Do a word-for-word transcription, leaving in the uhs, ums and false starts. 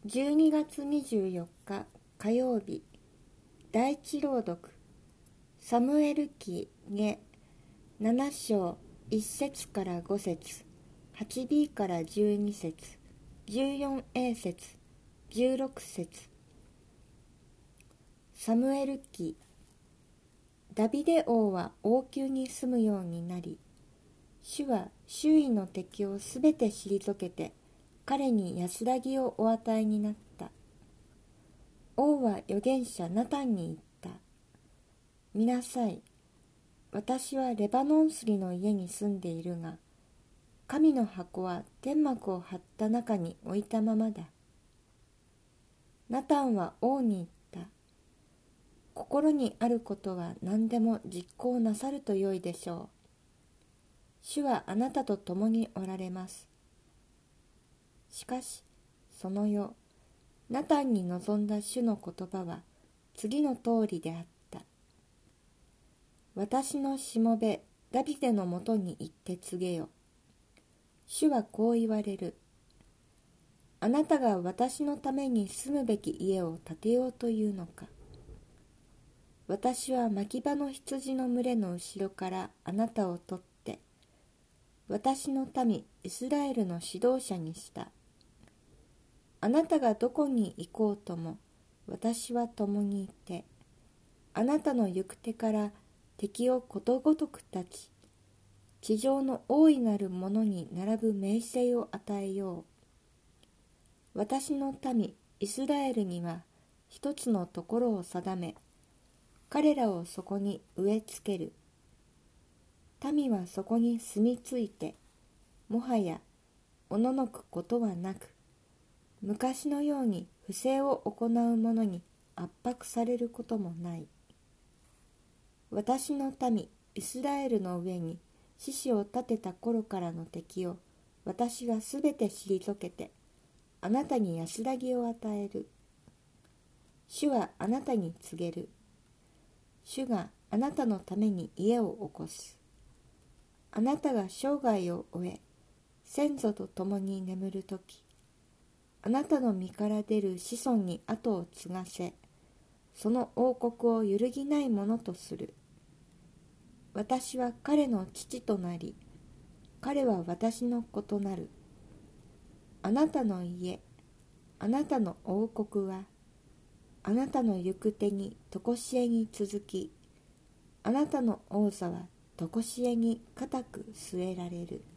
じゅうにがつにじゅうよっか火曜日、第一朗読、サムエル記下なな章いち節からご節、はちビー からじゅうに節、じゅうよんエー 節、じゅうろく節。サムエル記。ダビデ王は王宮に住むようになり、主は周囲の敵をすべて退けて、彼に安らぎをお与えになった。王は預言者ナタンに言った。見なさい。私はレバノン杉の家に住んでいるが、神の箱は天幕を張った中に置いたままだ。ナタンは王に言った。心にあることは何でも実行なさるとよいでしょう。主はあなたと共におられます。しかし、その夜、ナタンに臨んだ主の言葉は次の通りであった。私のしもべダビデのもとに行って告げよ。主はこう言われる。あなたが私のために住むべき家を建てようというのか。私は牧場の羊の群れの後ろからあなたを取って、私の民イスラエルの指導者にした。あなたがどこに行こうとも、私は共にいて、あなたの行く手から敵をことごとく断ち、地上の大いなるものに並ぶ名声を与えよう。私の民イスラエルには一つのところを定め、彼らをそこに植え付ける。民はそこに住み着いて、もはやおののくことはなく、昔のように不正を行う者に圧迫されることもない。私の民イスラエルの上に獅子を立てた頃からの敵を私がすべて退けて、あなたに安らぎを与える。主はあなたに告げる。主があなたのために家を起こす。あなたが生涯を終え、先祖と共に眠るとき、あなたの身から出る子孫に後を継がせ、その王国を揺るぎないものとする。私は彼の父となり、彼は私の子となる。あなたの家、あなたの王国は、あなたの行く手に常しえに続き、あなたの王座は常しえに固く据えられる。